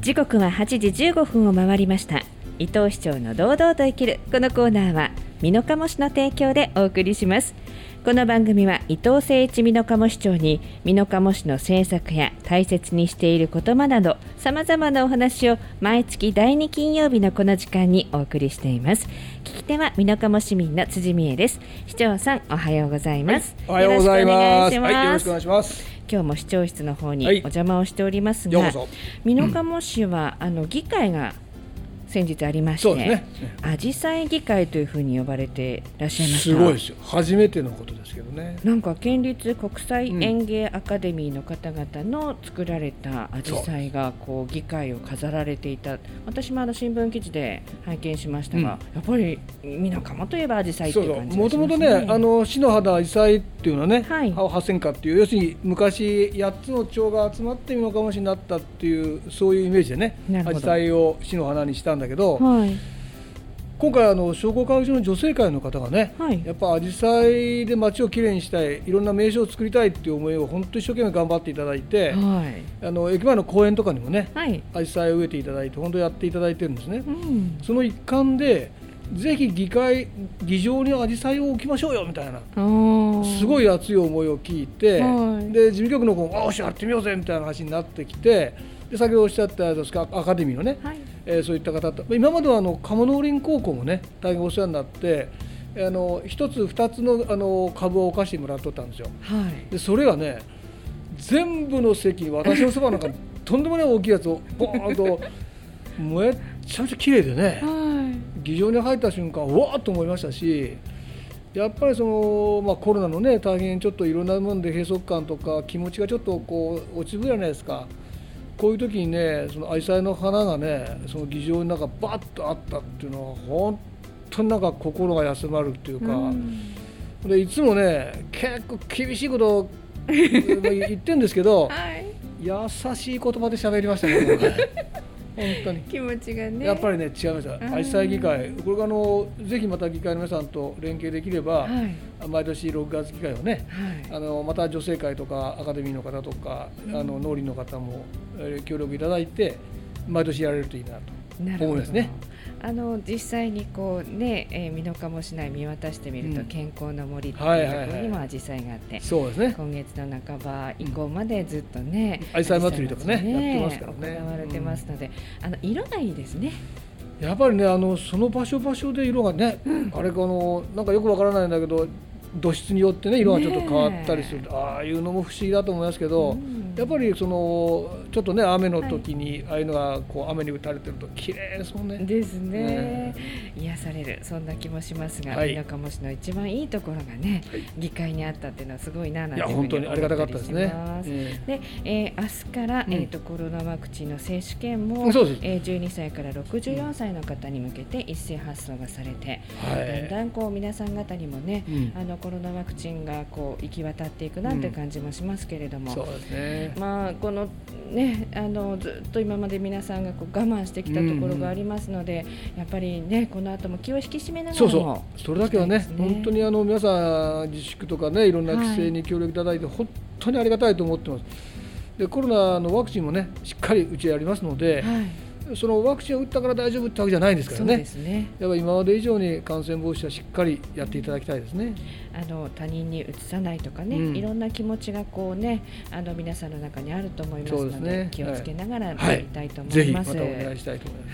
時刻は8時15分を回りました。伊藤市長の堂々と生きる、このコーナーは美濃加茂市の提供でお送りします。この番組は伊藤誠一美濃加茂市長に美濃加茂市の政策や大切にしている言葉などさまざまなお話を毎月第2金曜日のこの時間にお送りしています。聞き手は美濃加茂市民の辻美恵です。市長さん、おはようございます。 おはようございます。よろしくお願いします。 今日も市長室の方にお邪魔をしておりますが、美濃加茂市は議会が先日ありまして、あじさい議会というふうに呼ばれていらっしゃいました。 すごいですよ。初めてのことですけどね。 なんか県立国際園芸アカデミーの方々の作られたあじさいがこう議会を飾られていた。私も新聞記事で拝見しましたが、やっぱり美濃加茂といえばあじさいっていう感じがしますね。 もともとね、市の花あじさいっていうのはね、八千花っていう、要するに昔8つの町が集まって美濃加茂市になったっていう、そういうイメージでね、あじさいを市の花にしたんだけど、今回商工会議所の女性会の方がね、やっぱあじさいで街をきれいにしたい、いろんな名所を作りたいっていう思いを本当に一生懸命頑張っていただいて、駅前の公園とかにもね、あじさいを植えていただいて本当にやっていただいてるんですね。その一環でぜひ議場にあじさいを置きましょうよみたいなすごい熱い思いを聞いて、で事務局の子もやってみようぜみたいな話になってきて、で先ほどおっしゃったアカデミーのね、そういった方と今までは鴨農林高校もね大変お世話になって、一つ二つの株を置かしてもらっとったんですよ。でそれがね全部の席に私のそばなんかとんでもない大きいやつをボーンとめっちゃめちゃ綺麗でね、議場に入った瞬間うわーっと思いましたし、やっぱりコロナのね大変ちょっといろんなもので閉塞感とか気持ちがちょっとこう落ちぶじゃないですか。こういう時にね、そのアジサイの花がね、その議場になんかバッとあったっていうのは本当になんか心が休まるっていうか、でいつもね結構厳しいことを言ってるんですけど、優しい言葉で喋りましたね。本当に気持ちがねやっぱりね違いました。あじさい議会、これがぜひまた議会の皆さんと連携できれば、毎年6月議会をね、また女性会とかアカデミーの方とか農林の方も協力いただいて毎年やれるといいなと思いますね。 実際にこうね、美濃加茂市内見渡してみると、健康の森っていうところにもあじさいがあって、 そうですね、 今月の半ば以降までずっとね、 あじさい祭りとかねやってますからね、 行われてますので、色がいいですね。 やっぱりねその場所場所で色がね、あれなんかよくわからないんだけど土質によってね色がちょっと変わったりする、ああいうのも不思議だと思いますけど、やっぱりちょっとね雨の時にああいうのがこう雨に打たれてると綺麗ですもんね。 ですね、癒される、そんな気もしますが、美濃加茂市の一番いいところがね、議会にあったっていうのはすごいななんていうふうに思ったりします。 いや本当にありがたかったですね。 で、明日から、コロナワクチンの接種券も、12歳から64歳の方に向けて一斉発送がされて、だんだんこう皆さん方にもね、コロナワクチンがこう行き渡っていくなんて感じもしますけれども、 そうですね、 このねずっと今まで皆さんがこう我慢してきたところがありますので、やっぱりねこの後も気を引き締めながらも、 それだけはね本当に皆さん自粛とかねいろんな規制に協力いただいて、本当にありがたいと思ってます。でコロナのワクチンもねしっかりうちやりますので、そのワクチンを打ったから大丈夫ってわけじゃないんですからね。やっぱり今まで以上に感染防止はしっかりやっていただきたいですね。 他人にうつさないとかね、いろんな気持ちがこうね皆さんの中にあると思いますので、気をつけながらやりたいと思います。 ぜひまたお願いしたいと思います。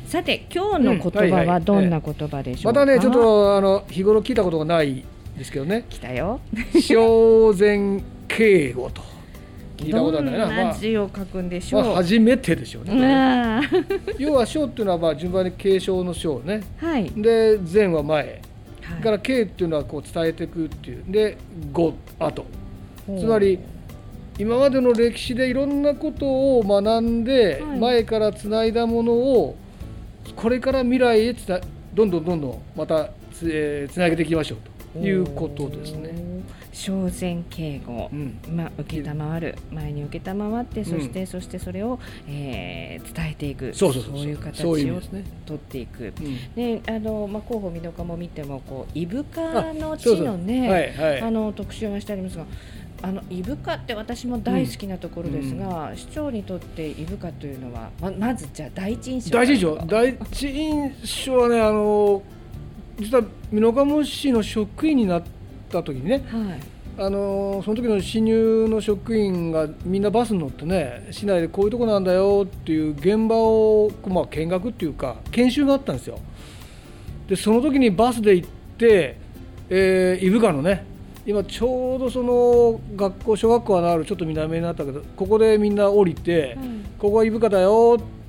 さて今日の言葉はどんな言葉でしょうか。 またねちょっと日頃聞いたことがないですけどね。 来たよ。 正然敬語と。聞いたことはないな。 どんな字を書くんでしょう。 初めてでしょうね。要は章っていうのは順番に継承の章ね。で前は前。から敬っていうのはこう伝えていくっていう。で後後。つまり今までの歴史でいろんなことを学んで、前からつないだものをこれから未来へどんどんまたつなげていきましょうということですね。 正然敬語、受けたまわる、前に受けたまわって、そしてそれを、伝えていく、そういう形を取っていく。で広報美濃加茂見てもこう伊深の地のね特集がしてありますが、 伊深って私も大好きなところですが、市長にとって伊深というのは まずじゃあ第一印象はね、実は美濃加茂市の職員になった時にね、その時の新入の職員がみんなバスに乗ってね、市内でこういうとこなんだよっていう現場を、見学っていうか研修があったんですよ。でその時にバスで行って、伊深のね、今ちょうどその小学校のあるちょっと南になったけど、ここでみんな降りて、ここは伊深だよって、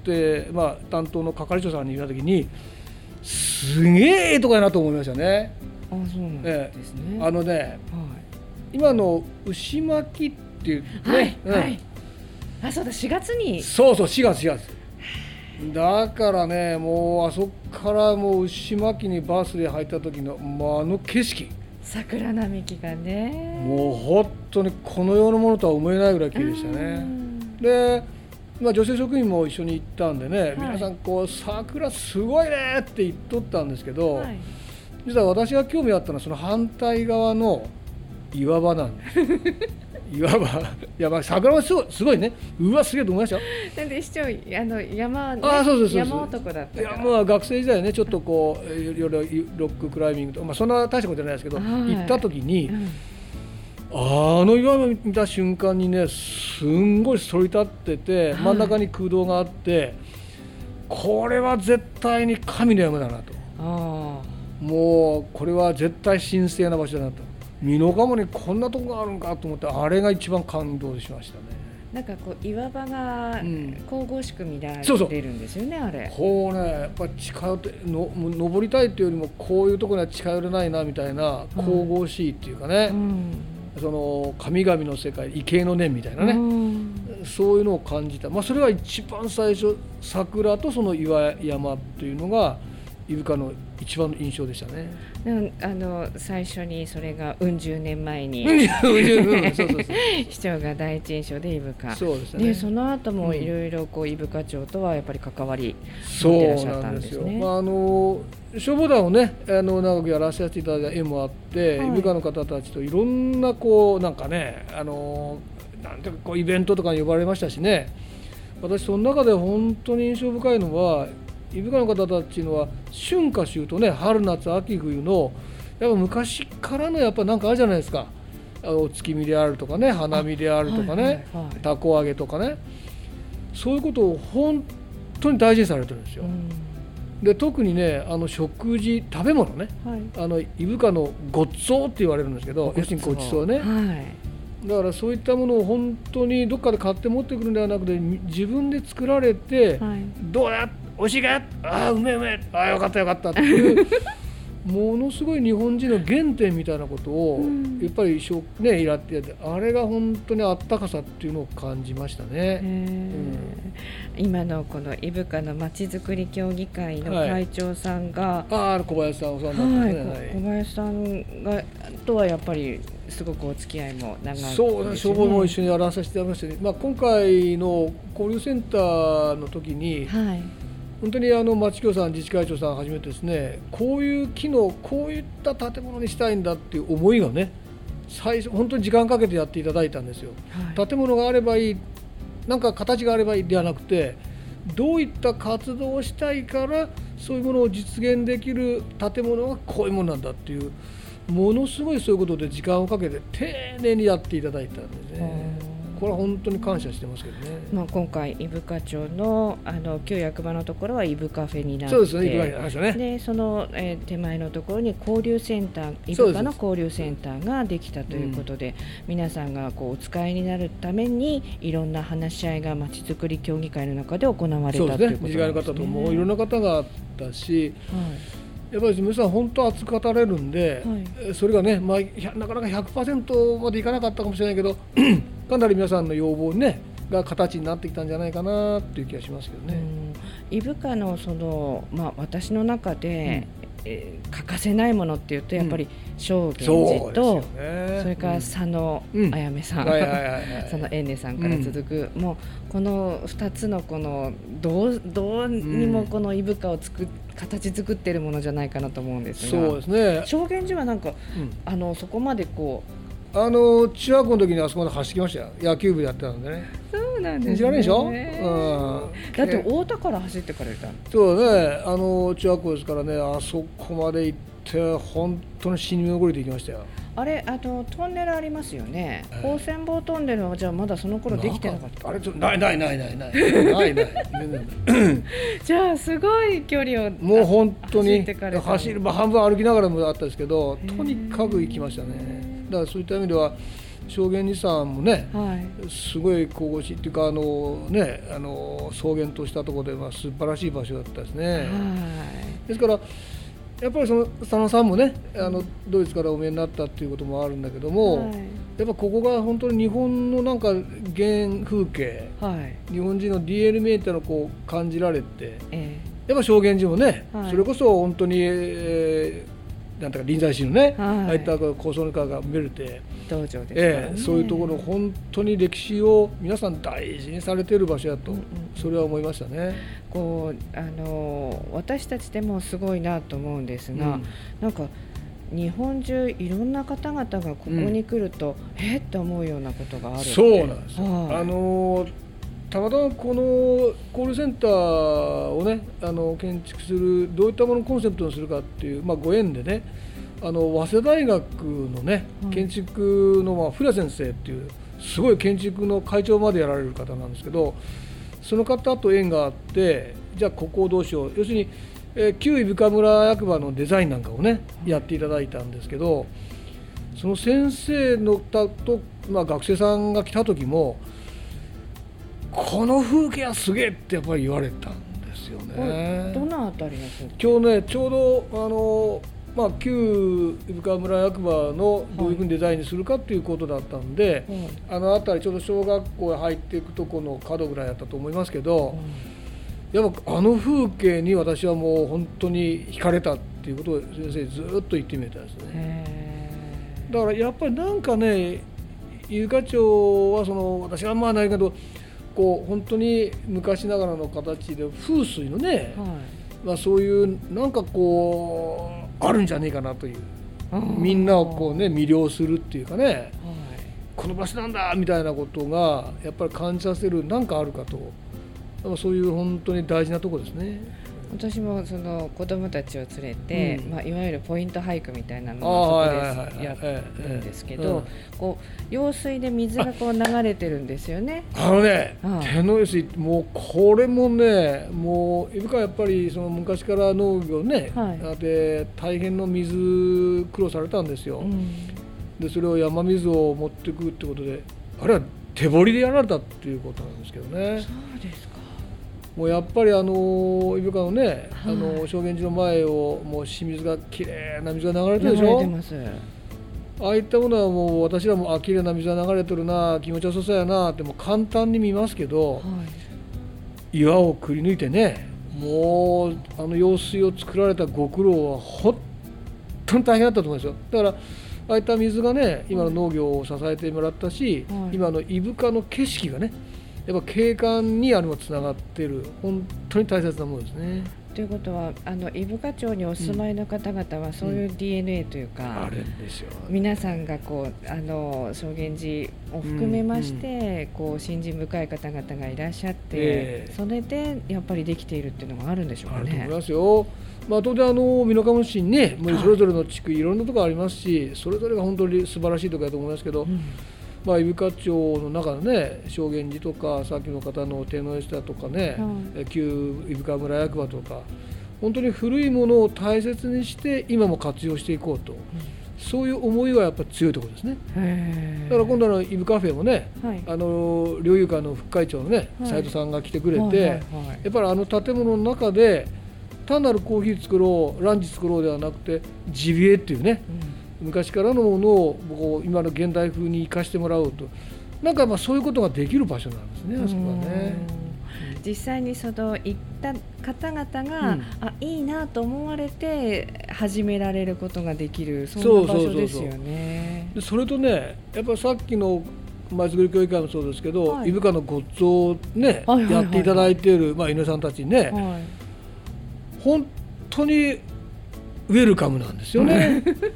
担当の係長さんに言った時に、すげえとこやなと思いましたね。 そうなんですね。 今の牛巻っていうね、 そうだ、4月に。 そう4月だからね、もうあそこからもう牛巻にバスで入った時の、あの景色、 桜並木がね、 もう本当にこの世のものとは思えないぐらい綺麗でしたね。で、女性職員も一緒に行ったんでね、皆さんこう桜すごいねって言っとったんですけど、実は私が興味あったのはその反対側の岩場なんです岩場、桜はすごいね、うわすげえと思いましたよ。 なんで市長山男だったから。 学生時代ね、ちょっとこういろいろロッククライミングとか、そんな大したことじゃないですけど、行った時に、あの岩場見た瞬間にね、すんごい反り立ってて、真ん中に空洞があって、これは絶対に神の山だなと。もうこれは絶対神聖な場所だなと。美濃加茂にこんなとこがあるんかと思って、あれが一番感動しましたね。 なんかこう岩場が神々しく見られるんですよね、あれ。 こうね、やっぱり近寄って登りたいっていうよりも、こういうところには近寄れないなみたいな、神々しいっていうかね、その神々の世界、畏敬の念みたいなね、そういうのを感じた。それは一番最初、桜とその岩山っていうのが伊深の一番の印象でしたね。 最初にそれが十年前に市長が第一印象で伊深。そうですね。でその後もいろいろ伊深町とはやっぱり関わり持ってらっしゃったんですね。 消防団をね、長くやらせていただいた縁もあって、伊深の方たちといろんななんかね、なんていうかイベントとかに呼ばれましたしね。私その中で本当に印象深いのは、伊深の方たちのは春夏秋冬ね、春夏秋冬のやっぱ昔からのやっぱなんかあるじゃないですか。お月見であるとかね、花見であるとかね、たこ揚げとかね、そういうことを本当に大事にされてるんですよ。で特にね、食事、食べ物ね、伊深のごっつおうって言われるんですけど、要するにごちそうね、だからそういったものを本当にどっかで買って持ってくるんではなくて、自分で作られて、どうやおいしいか、うめえ、よかったっていうものすごい日本人の原点みたいなことをやっぱりね、やってあれが本当にあったかさっていうのを感じましたね。 今のこの伊深のまちづくり協議会の会長さんが、 小林さんお世話になってますね。 小林さんがとはやっぱりすごくお付き合いも長いですね。 そうね、消防も一緒にやらさせていただきまして、今回の交流センターの時に、本当に町協さん、自治会長さんはじめてですね、こういう機能、こういった建物にしたいんだっていう思いがね、最初本当に時間かけてやっていただいたんですよ。建物があればいい、なんか形があればいいではなくて、どういった活動をしたいからそういうものを実現できる建物がこういうものなんだっていう、ものすごいそういうことで時間をかけて丁寧にやっていただいたんですね。これは本当に感謝してますけどね。 今回伊深町の旧役場のところは伊深カフェになって、 そうですね、 でその、手前のところに交流センター、伊深の交流センターができたということで、皆さんがお使いになるためにいろんな話し合いがまちづくり協議会の中で行われたということですね。 自治会の方ともいろんな方があったし、やっぱり皆さん本当熱く語れるんで、それがね、なかなか 100% までいかなかったかもしれないけどかなり皆さんの要望、ね、が形になってきたんじゃないかなっていう気がしますけどね。 伊深の私の中で、欠かせないものっていうとやっぱり正源寺と、それから佐野あやめさん、佐野えんねさんから続く、もうこの2つのこのどうにもこの伊深を形作ってるものじゃないかなと思うんですが、 そうですね。 正源寺はなんか、そこまで中学校の時にあそこまで走ってきましたよ。野球部やってたんでね。 そうなんですね。 知らないでしょ、 だって太田から走ってからた。 そうね、中学校ですからね、あそこまで行って本当に死に残りで行きましたよ。 あれトンネルありますよね、高専坊トンネルはじゃあまだその頃できてなかった。 あれないじゃあすごい距離をもう本当に走る、半分歩きながらもあったんですけど、とにかく行きましたね。だからそういった意味では正源寺さんもね、すごい神々しいっていうか草原としたところで素晴らしい場所だったですね。ですからやっぱりその佐野さんもねドイツからお見えになったっていうこともあるんだけども、やっぱここが本当に日本のなんか原風景、日本人の DNA っていうのをこう感じられて、やっぱ正源寺もね、それこそ本当に、なんていうか臨済宗のね、ああいった高層化が見れて道場ですからね、 そういうところ本当に歴史を皆さん大事にされている場所だと、それは思いましたね。 こう私たちでもすごいなと思うんですが、なんか日本中いろんな方々がここに来ると、って思うようなことがあるって。 そうなんですよ。たまたまこの交流センターをね建築するどういったものをコンセプトにするかっていう、ご縁でね早稲田大学のね建築の古谷先生っていうすごい建築の会長までやられる方なんですけど、その方と縁があって、じゃあここをどうしよう、要するに、旧伊深村役場のデザインなんかをねやっていただいたんですけど、その先生のと、学生さんが来た時もこの風景はすげえってやっぱり言われたんですよね。 どのあたりの風景？ 今日ねちょうど旧伊深村役場のどういうふうにデザインにするかっていうことだったんで、あの辺りちょうど小学校へ入っていくとこの角ぐらいだったと思いますけど、やっぱあの風景に私はもう本当に惹かれたっていうことを先生ずっと言ってみたんですね。だからやっぱりなんかね、伊深町は私はないけどこう本当に昔ながらの形で風水のね、そういうなんかこうあるんじゃねえかなという、みんなをこうね魅了するっていうかね、この場所なんだみたいなことがやっぱり感じさせるなんかあるかと、そういう本当に大事なところですね。 私もその子どもたちを連れて、いわゆるポイント俳句みたいなのをそこでやるんですけど、こう用水で水がこう流れてるんですよね。 手の水もうこれもね、もう伊深はやっぱりその昔から農業ね、で大変の水苦労されたんですよ。でそれを山水を持ってくるってことで、あれは手掘りでやられたっていうことなんですけどね。 そうですか。 もうやっぱり伊深のね、正源寺の前をもう清水がきれいな水が流れてるでしょ。ああいったものはもう私らもきれいな水が流れてるな、気持ちよさそうやなってもう簡単に見ますけど、岩をくり抜いてね、もう用水を作られたご苦労は本当に大変だったと思うんですよ。だからああいった水がね今の農業を支えてもらったし、今の伊深の景色がねやっぱ景観につながっている本当に大切なものですね。 ということは伊深町にお住まいの方々はそういう DNA というか、 あるんですよ。 皆さんがこう正源寺を含めまして、こう信心深い方々がいらっしゃって、それでやっぱりできているっていうのがあるんでしょうかね。 あると思いますよ。当然美濃加茂市にねもうそれぞれの地区いろんなところありますし、それぞれが本当に素晴らしいところだと思いますけど、伊深町の中のね正源寺とかさっきの方の手の下とかね、旧伊深村役場とか本当に古いものを大切にして今も活用していこうと、そういう思いはやっぱり強いところですね。だから今度の伊深カフェもね、猟友会の副会長のね斉藤さんが来てくれて、やっぱり建物の中で単なるコーヒー作ろうランチ作ろうではなくてジビエっていうね、昔からのものを今の現代風に生かしてもらおうと、なんかそういうことができる場所なんですね、あそこはね。 実際に行った方々が、いいなと思われて始められることができる、そんな場所ですよね。 それとね、やっぱりさっきのまちづくり協議会もそうですけど、伊深のごっつをね、やっていただいている井上さんたちにね、本当にウェルカムなんですよね。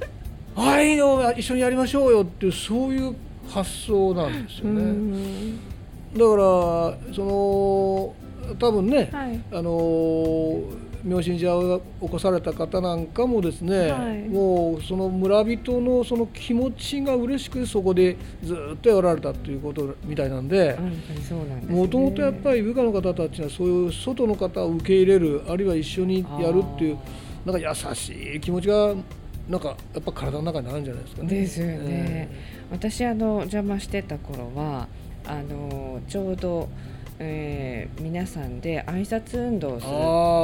ああいいの一緒にやりましょうよっていうそういう発想なんですよね。だから多分ね、はい、明信者を起こされた方なんかもですね、はい、もうその村人のその気持ちが嬉しくそこでずっとやられたということみたいなんで、もともとやっぱり部下の方たちはそういう外の方を受け入れる、あるいは一緒にやるっていうなんか優しい気持ちがなんかやっぱ体の中にあるんじゃないですかね。 ですよね。私邪魔してた頃はちょうど皆さんで挨拶運動をするっていう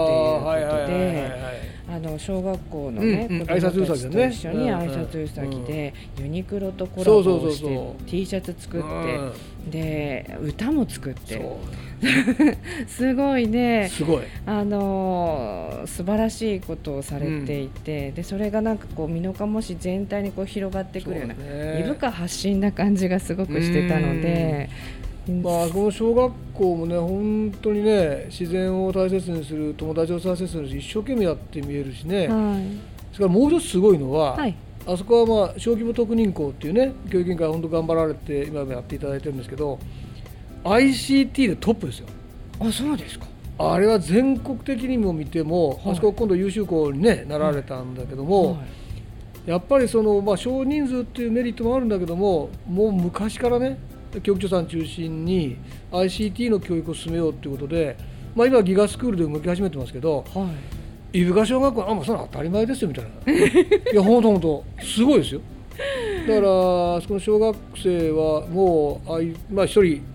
ことで、小学校のね、子供たちと一緒に挨拶うさぎでユニクロとコラボをして T シャツ作ってで歌も作ってすごいね、すごい素晴らしいことをされていて、でそれがなんかこう美濃加茂市全体にこう広がってくるような異文化発信な感じがすごくしてたので、 まあ、この小学校もね本当にね自然を大切にする、友達を大切にする、一生懸命やって見えるしね、はい、それからもう一つすごいのは、はい、あそこはまあ小規模特任校っていうね教育委員会本当頑張られて今もやっていただいてるんですけど ICT でトップですよ。 あ、そうですか。 あれは全国的にも見ても、はい、あそこ今度優秀校に、ね、なられたんだけども、はい、やっぱり少人数っていうメリットもあるんだけども、もう昔からね教育長さん中心に ICT の教育を進めようということで、まあ、今ギガスクールで動き始めてますけど、はい、伊深小学校はもうそれは当たり前ですよみたいないや本当すごいですよ。だからその小学生はもうまあ、一人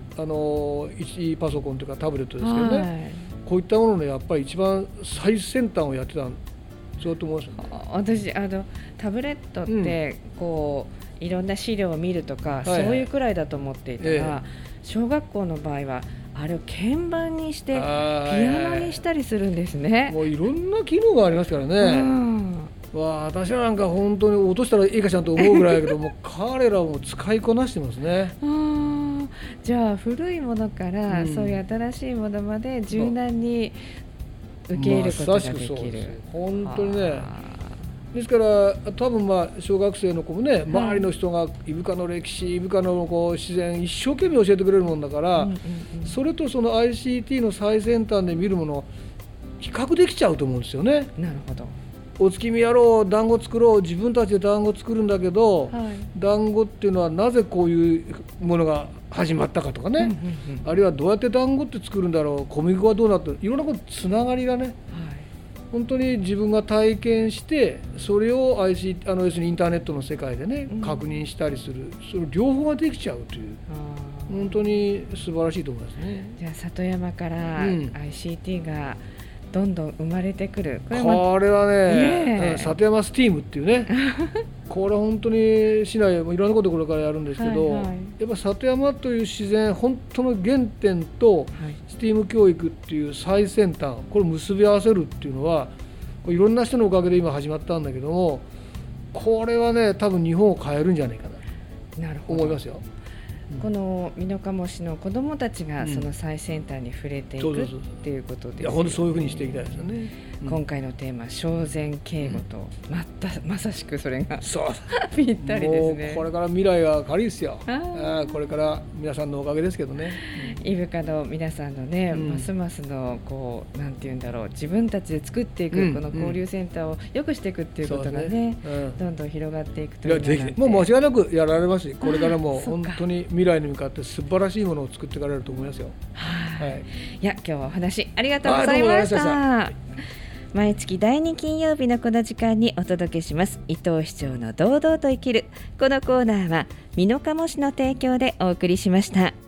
1パソコンというかタブレットですけどね、はい、こういったもののやっぱり一番最先端をやってたんそうと思いますよね。 私タブレットってこう、いろんな資料を見るとか、そういうくらいだと思っていたら、小学校の場合はあれを鍵盤にしてピアノにしたりするんですね。 もういろんな機能がありますからね、私らなんか本当に落としたらいいかしらと思うぐらいだけども彼らも使いこなしてますね。 じゃあ古いものから、そういう新しいものまで柔軟に受け入れることができる。 本当にね。ですから多分小学生の子もね、周りの人が伊深の歴史、伊深の自然一生懸命教えてくれるもんだから、それとその ICT の最先端で見るものを比較できちゃうと思うんですよね。 なるほど。 お月見やろう、団子作ろう、自分たちで団子作るんだけど、団子っていうのはなぜこういうものが始まったかとかね、あるいはどうやって団子って作るんだろう、小麦粉はどうなってる、いろんなことつながりがね、本当に自分が体験してそれを要するにインターネットの世界でね、確認したりする、その両方ができちゃうという、本当に素晴らしいと思いますね。 じゃあ里山から ICT がどんどん生まれてくる。 これはね、里山スティームっていうねこれは本当に市内もいろんなことこれからやるんですけど、やっぱ里山という自然本当の原点とスティーム教育っていう最先端、これを結び合わせるっていうのはいろんな人のおかげで今始まったんだけども、これはね多分日本を変えるんじゃないかなと思いますよ。 この美濃加茂市の子どもたちがその最先端に触れていくっていうことですよね。 いや本当そういうふうにしていきたいですよね。 今回のテーマ正然敬語と、まさしくそれがぴったりですね。 もうこれから未来は明るいですよ。これから皆さんのおかげですけどね。 伊深の皆さんのね、ますますのこうなんていうんだろう、自分たちで作っていくこの交流センターを良くしていくっていうことがね、どんどん広がっていくというのがもう間違いなくやられますし、これからも本当に未来に向かって素晴らしいものを作っていかれると思いますよ。 いや今日はお話ありがとうございました。毎月第2金曜日のこの時間にお届けします伊藤市長の堂々と生きる。このコーナーは美濃加茂市の提供でお送りしました。